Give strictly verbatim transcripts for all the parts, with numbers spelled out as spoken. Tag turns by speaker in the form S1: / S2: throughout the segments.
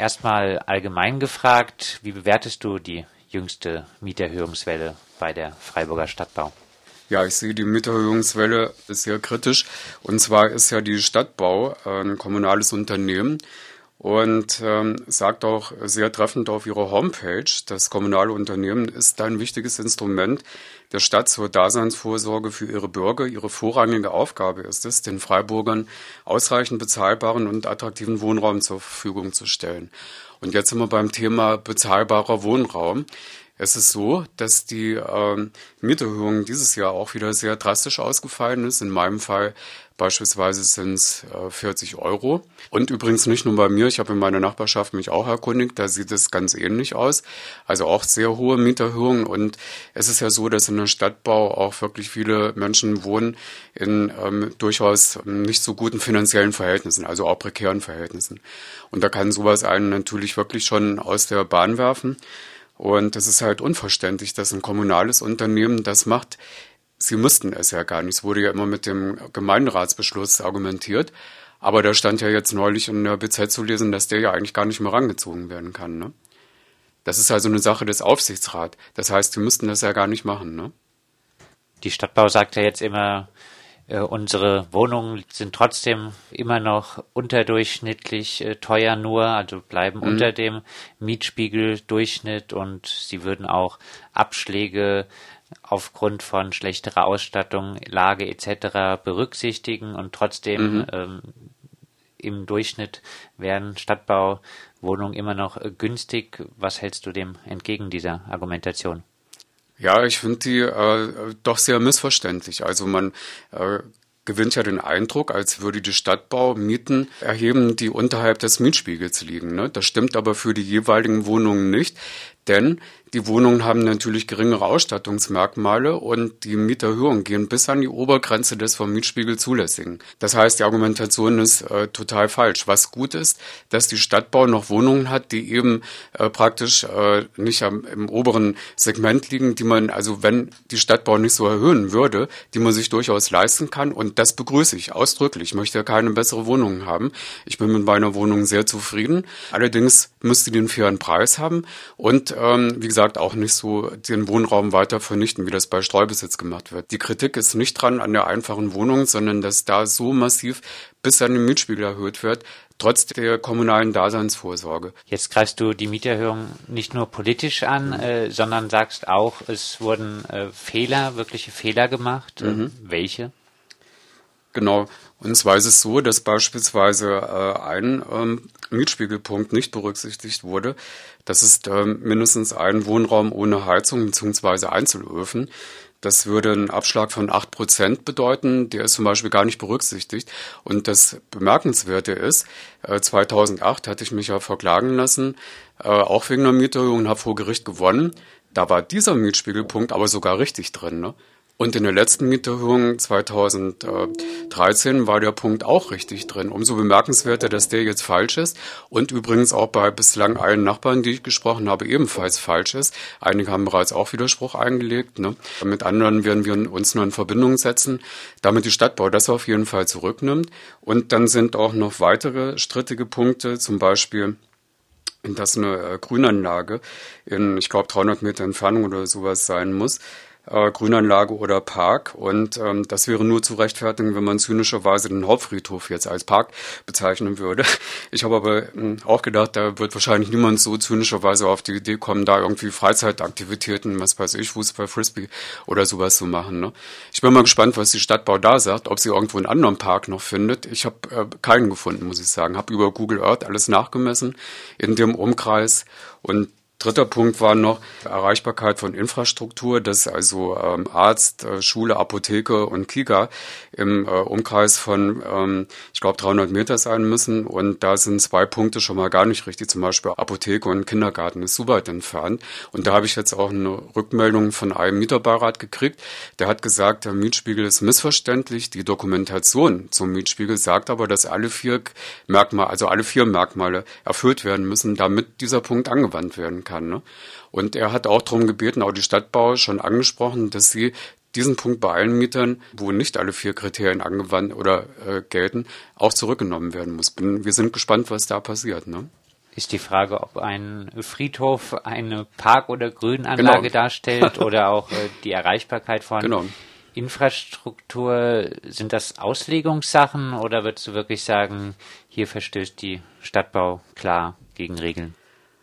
S1: Erstmal allgemein gefragt, wie bewertest du die jüngste Mieterhöhungswelle bei der Freiburger Stadtbau?
S2: Ja, ich sehe die Mieterhöhungswelle sehr kritisch. Und zwar ist ja die Stadtbau ein kommunales Unternehmen und ähm, sagt auch sehr treffend auf ihrer Homepage, das kommunale Unternehmen ist ein wichtiges Instrument der Stadt zur Daseinsvorsorge für ihre Bürger. Ihre vorrangige Aufgabe ist es, den Freiburgern ausreichend bezahlbaren und attraktiven Wohnraum zur Verfügung zu stellen. Und jetzt sind wir beim Thema bezahlbarer Wohnraum. Es ist so, dass die äh, Mieterhöhung dieses Jahr auch wieder sehr drastisch ausgefallen ist. In meinem Fall beispielsweise sind es äh, vierzig Euro. Und übrigens nicht nur bei mir, ich habe in meiner Nachbarschaft mich auch erkundigt, da sieht es ganz ähnlich aus. Also auch sehr hohe Mieterhöhungen. Und es ist ja so, dass in der Stadtbau auch wirklich viele Menschen wohnen in ähm, durchaus nicht so guten finanziellen Verhältnissen, also auch prekären Verhältnissen. Und da kann sowas einen natürlich wirklich schon aus der Bahn werfen. Und es ist halt unverständlich, dass ein kommunales Unternehmen das macht. Sie müssten es ja gar nicht. Es wurde ja immer mit dem Gemeinderatsbeschluss argumentiert. Aber da stand ja jetzt neulich in der B Z zu lesen, dass der ja eigentlich gar nicht mehr rangezogen werden kann. Ne? Das ist also eine Sache des Aufsichtsrats. Das heißt, sie müssten das ja gar nicht machen. Ne?
S1: Die Stadtbau sagt ja jetzt immer, äh, unsere Wohnungen sind trotzdem immer noch unterdurchschnittlich äh, teuer nur, also bleiben mhm. unter dem Mietspiegeldurchschnitt und sie würden auch Abschläge aufgrund von schlechterer Ausstattung, Lage et cetera berücksichtigen und trotzdem mhm. ähm, im Durchschnitt wären Stadtbauwohnungen immer noch äh, günstig. Was hältst du dem entgegen, dieser Argumentation?
S2: Ja, ich finde die äh, doch sehr missverständlich. Also man äh, gewinnt ja den Eindruck, als würde die Stadtbau Mieten erheben, die unterhalb des Mietspiegels liegen. Ne? Das stimmt aber für die jeweiligen Wohnungen nicht, denn die Wohnungen haben natürlich geringere Ausstattungsmerkmale und die Mieterhöhungen gehen bis an die Obergrenze des vom Mietspiegel zulässigen. Das heißt, die Argumentation ist äh, total falsch. Was gut ist, dass die Stadtbau noch Wohnungen hat, die eben äh, praktisch äh, nicht am, im oberen Segment liegen, die man, also wenn die Stadtbau nicht so erhöhen würde, die man sich durchaus leisten kann. Und das begrüße ich ausdrücklich. Ich möchte ja keine bessere Wohnung haben. Ich bin mit meiner Wohnung sehr zufrieden. Allerdings müsste die einen fairen Preis haben und ähm, wie gesagt, auch nicht so den Wohnraum weiter vernichten, wie das bei Streubesitz gemacht wird. Die Kritik ist nicht dran an der einfachen Wohnung, sondern dass da so massiv bis an den Mietspiegel erhöht wird, trotz der kommunalen Daseinsvorsorge.
S1: Jetzt greifst du die Mieterhöhung nicht nur politisch an, mhm. äh, sondern sagst auch, es wurden äh, Fehler, wirkliche Fehler gemacht. Mhm. Äh, welche?
S2: Genau. Und zwar ist es so, dass beispielsweise äh, ein ähm, Mietspiegelpunkt nicht berücksichtigt wurde. Das ist ähm, mindestens ein Wohnraum ohne Heizung bzw. Einzelöfen. Das würde einen Abschlag von acht Prozent bedeuten. Der ist zum Beispiel gar nicht berücksichtigt. Und das Bemerkenswerte ist, äh, zweitausendacht hatte ich mich ja verklagen lassen, äh, auch wegen einer Mieterhöhung, und habe vor Gericht gewonnen. Da war dieser Mietspiegelpunkt aber sogar richtig drin, ne? Und in der letzten Mieterhöhung zweitausenddreizehn war der Punkt auch richtig drin. Umso bemerkenswerter, dass der jetzt falsch ist und übrigens auch bei bislang allen Nachbarn, die ich gesprochen habe, ebenfalls falsch ist. Einige haben bereits auch Widerspruch eingelegt. Ne? Mit anderen werden wir uns nur in Verbindung setzen, damit die Stadtbau das auf jeden Fall zurücknimmt. Und dann sind auch noch weitere strittige Punkte, zum Beispiel, dass eine äh, Grünanlage in, ich glaube, dreihundert Meter Entfernung oder sowas sein muss, Äh, Grünanlage oder Park und ähm, das wäre nur zu rechtfertigen, wenn man zynischerweise den Hauptfriedhof jetzt als Park bezeichnen würde. Ich habe aber mh, auch gedacht, da wird wahrscheinlich niemand so zynischerweise auf die Idee kommen, da irgendwie Freizeitaktivitäten, was weiß ich, Fußball, Frisbee oder sowas zu machen. Ne? Ich bin mal gespannt, was die Stadtbau da sagt, ob sie irgendwo einen anderen Park noch findet. Ich habe äh, keinen gefunden, muss ich sagen. Habe über Google Earth alles nachgemessen in dem Umkreis und dritter Punkt war noch Erreichbarkeit von Infrastruktur, dass also ähm, Arzt, äh, Schule, Apotheke und Kita im äh, Umkreis von, ähm, ich glaube, dreihundert Meter sein müssen. Und da sind zwei Punkte schon mal gar nicht richtig. Zum Beispiel Apotheke und Kindergarten ist so weit entfernt. Und da habe ich jetzt auch eine Rückmeldung von einem Mieterbeirat gekriegt. Der hat gesagt, der Mietspiegel ist missverständlich. Die Dokumentation zum Mietspiegel sagt aber, dass alle vier Merkmale, also alle vier Merkmale erfüllt werden müssen, damit dieser Punkt angewandt werden kann. Ne? Und er hat auch darum gebeten, auch die Stadtbau schon angesprochen, dass sie diesen Punkt bei allen Mietern, wo nicht alle vier Kriterien angewandt oder äh, gelten, auch zurückgenommen werden muss. Bin, wir sind gespannt, was da passiert. Ne?
S1: Ist die Frage, ob ein Friedhof eine Park- oder Grünanlage
S2: genau.
S1: darstellt oder auch äh, die Erreichbarkeit von
S2: Genau.
S1: Infrastruktur. Sind das Auslegungssachen oder würdest du wirklich sagen, hier verstößt die Stadtbau klar gegen Regeln?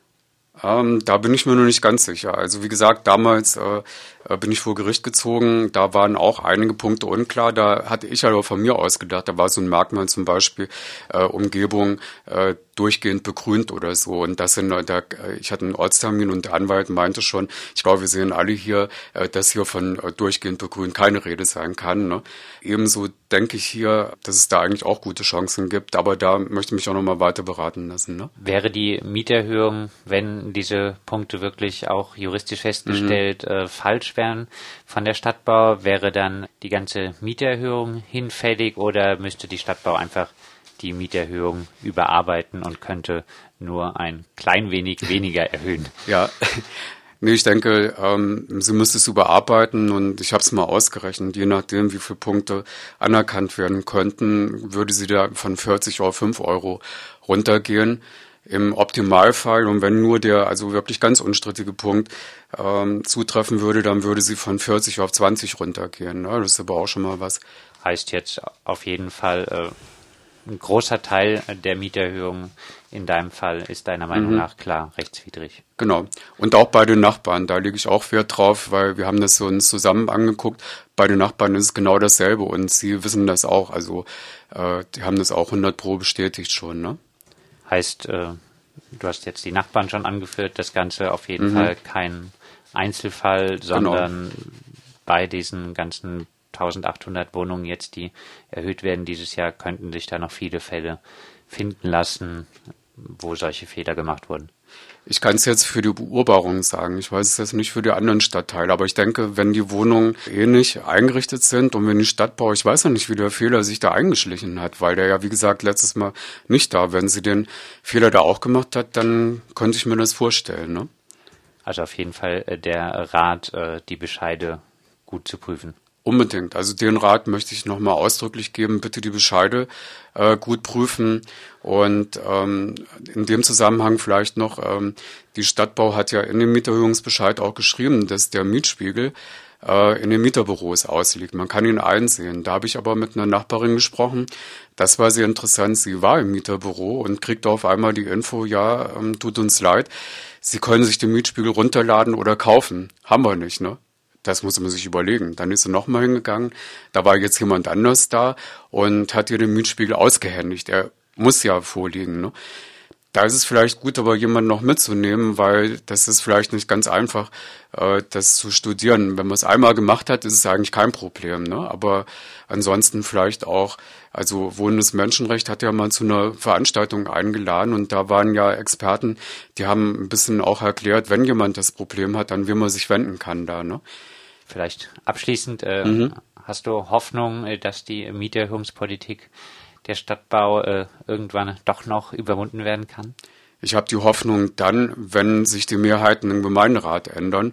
S2: Ähm, da bin ich mir noch nicht ganz sicher. Also wie gesagt, damals äh, bin ich vor Gericht gezogen, da waren auch einige Punkte unklar. Da hatte ich aber von mir aus gedacht, da war so ein Merkmal zum Beispiel äh, Umgebung äh, durchgehend begrünt oder so. Und das sind, da, ich hatte einen Ortstermin und der Anwalt meinte schon, ich glaube, wir sehen alle hier, äh, dass hier von äh, durchgehend begrünt keine Rede sein kann. Ne? Ebenso denke ich hier, dass es da eigentlich auch gute Chancen gibt, aber da möchte ich mich auch nochmal weiter beraten lassen. Ne?
S1: Wäre die Mieterhöhung, wenn diese Punkte wirklich auch juristisch festgestellt mhm. äh, falsch wären von der Stadtbau, wäre dann die ganze Mieterhöhung hinfällig oder müsste die Stadtbau einfach die Mieterhöhung überarbeiten und könnte nur ein klein wenig weniger erhöhen?
S2: Ja, nee, ich denke, ähm, sie müsste es überarbeiten und ich habe es mal ausgerechnet, je nachdem, wie viele Punkte anerkannt werden könnten, würde sie da von vierzig auf fünf Euro runtergehen. Im Optimalfall, und wenn nur der also wirklich ganz unstrittige Punkt ähm, zutreffen würde, dann würde sie von vierzig auf zwanzig runtergehen. Ne? Das ist aber auch schon mal was.
S1: Heißt jetzt auf jeden Fall, äh, ein großer Teil der Mieterhöhung in deinem Fall ist deiner Meinung mhm. nach klar rechtswidrig.
S2: Genau. Und auch bei den Nachbarn, da lege ich auch Wert drauf, weil wir haben das so uns zusammen angeguckt. Bei den Nachbarn ist es genau dasselbe und sie wissen das auch. Also äh, die haben das auch hundert Pro bestätigt schon, ne?
S1: Heißt, äh, du hast jetzt die Nachbarn schon angeführt, das Ganze auf jeden mhm. Fall kein Einzelfall, sondern genau. bei diesen ganzen eintausendachthundert Wohnungen jetzt, die erhöht werden dieses Jahr, könnten sich da noch viele Fälle finden lassen, wo solche Fehler gemacht wurden.
S2: Ich kann es jetzt für die Beurbarung sagen. Ich weiß es jetzt nicht für die anderen Stadtteile. Aber ich denke, wenn die Wohnungen ähnlich eingerichtet sind und wenn die Stadtbau, ich weiß ja nicht, wie der Fehler sich da eingeschlichen hat, weil der ja, wie gesagt, letztes Mal nicht da. Wenn sie den Fehler da auch gemacht hat, dann könnte ich mir das vorstellen, ne?
S1: Also auf jeden Fall äh, der Rat, äh, die Bescheide gut zu prüfen.
S2: Unbedingt. Also den Rat möchte ich nochmal ausdrücklich geben. Bitte die Bescheide äh, gut prüfen. Und ähm, in dem Zusammenhang vielleicht noch, ähm, die Stadtbau hat ja in dem Mieterhöhungsbescheid auch geschrieben, dass der Mietspiegel äh, in den Mieterbüros ausliegt. Man kann ihn einsehen. Da habe ich aber mit einer Nachbarin gesprochen. Das war sehr interessant. Sie war im Mieterbüro und kriegte auf einmal die Info, ja, ähm, tut uns leid, Sie können sich den Mietspiegel runterladen oder kaufen. Haben wir nicht, ne? Das muss man sich überlegen. Dann ist sie nochmal hingegangen. Da war jetzt jemand anders da und hat ihr den Mietspiegel ausgehändigt. Er muss ja vorliegen, ne? Da ist es vielleicht gut, aber jemanden noch mitzunehmen, weil das ist vielleicht nicht ganz einfach, äh, das zu studieren. Wenn man es einmal gemacht hat, ist es eigentlich kein Problem, ne? Aber ansonsten vielleicht auch, also Wohnendes Menschenrecht hat ja mal zu einer Veranstaltung eingeladen und da waren ja Experten, die haben ein bisschen auch erklärt, wenn jemand das Problem hat, an wen man sich wenden kann da, ne?
S1: Vielleicht abschließend, äh, mhm. hast du Hoffnung, dass die Mieterhöhungspolitik der Stadtbau äh, irgendwann doch noch überwunden werden kann?
S2: Ich habe die Hoffnung dann, wenn sich die Mehrheiten im Gemeinderat ändern.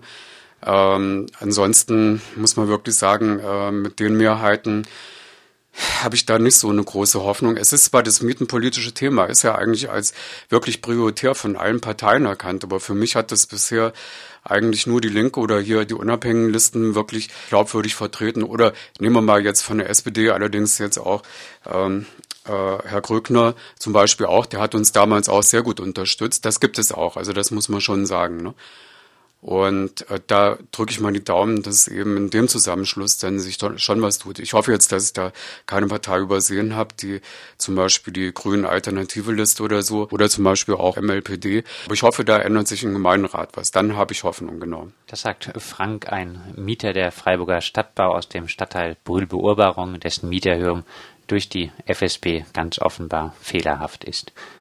S2: Ähm, ansonsten muss man wirklich sagen, äh, mit den Mehrheiten habe ich da nicht so eine große Hoffnung. Es ist zwar das mietenpolitische Thema, ist ja eigentlich als wirklich prioritär von allen Parteien erkannt, aber für mich hat das bisher eigentlich nur die Linke oder hier die unabhängigen Listen wirklich glaubwürdig vertreten. Oder nehmen wir mal jetzt von der S P D allerdings jetzt auch ähm, äh, Herr Grögner zum Beispiel auch, der hat uns damals auch sehr gut unterstützt. Das gibt es auch, also das muss man schon sagen, ne? Und äh, da drücke ich mal die Daumen, dass es eben in dem Zusammenschluss dann sich schon was tut. Ich hoffe jetzt, dass ich da keine Partei übersehen habe, die zum Beispiel die Grünen Alternative Liste oder so, oder zum Beispiel auch M L P D. Aber ich hoffe, da ändert sich im Gemeinderat was. Dann habe ich Hoffnung, genau.
S1: Das sagt Frank, ein Mieter der Freiburger Stadtbau aus dem Stadtteil Brühl-Beurbarung, dessen Mieterhöhung durch die F S B ganz offenbar fehlerhaft ist.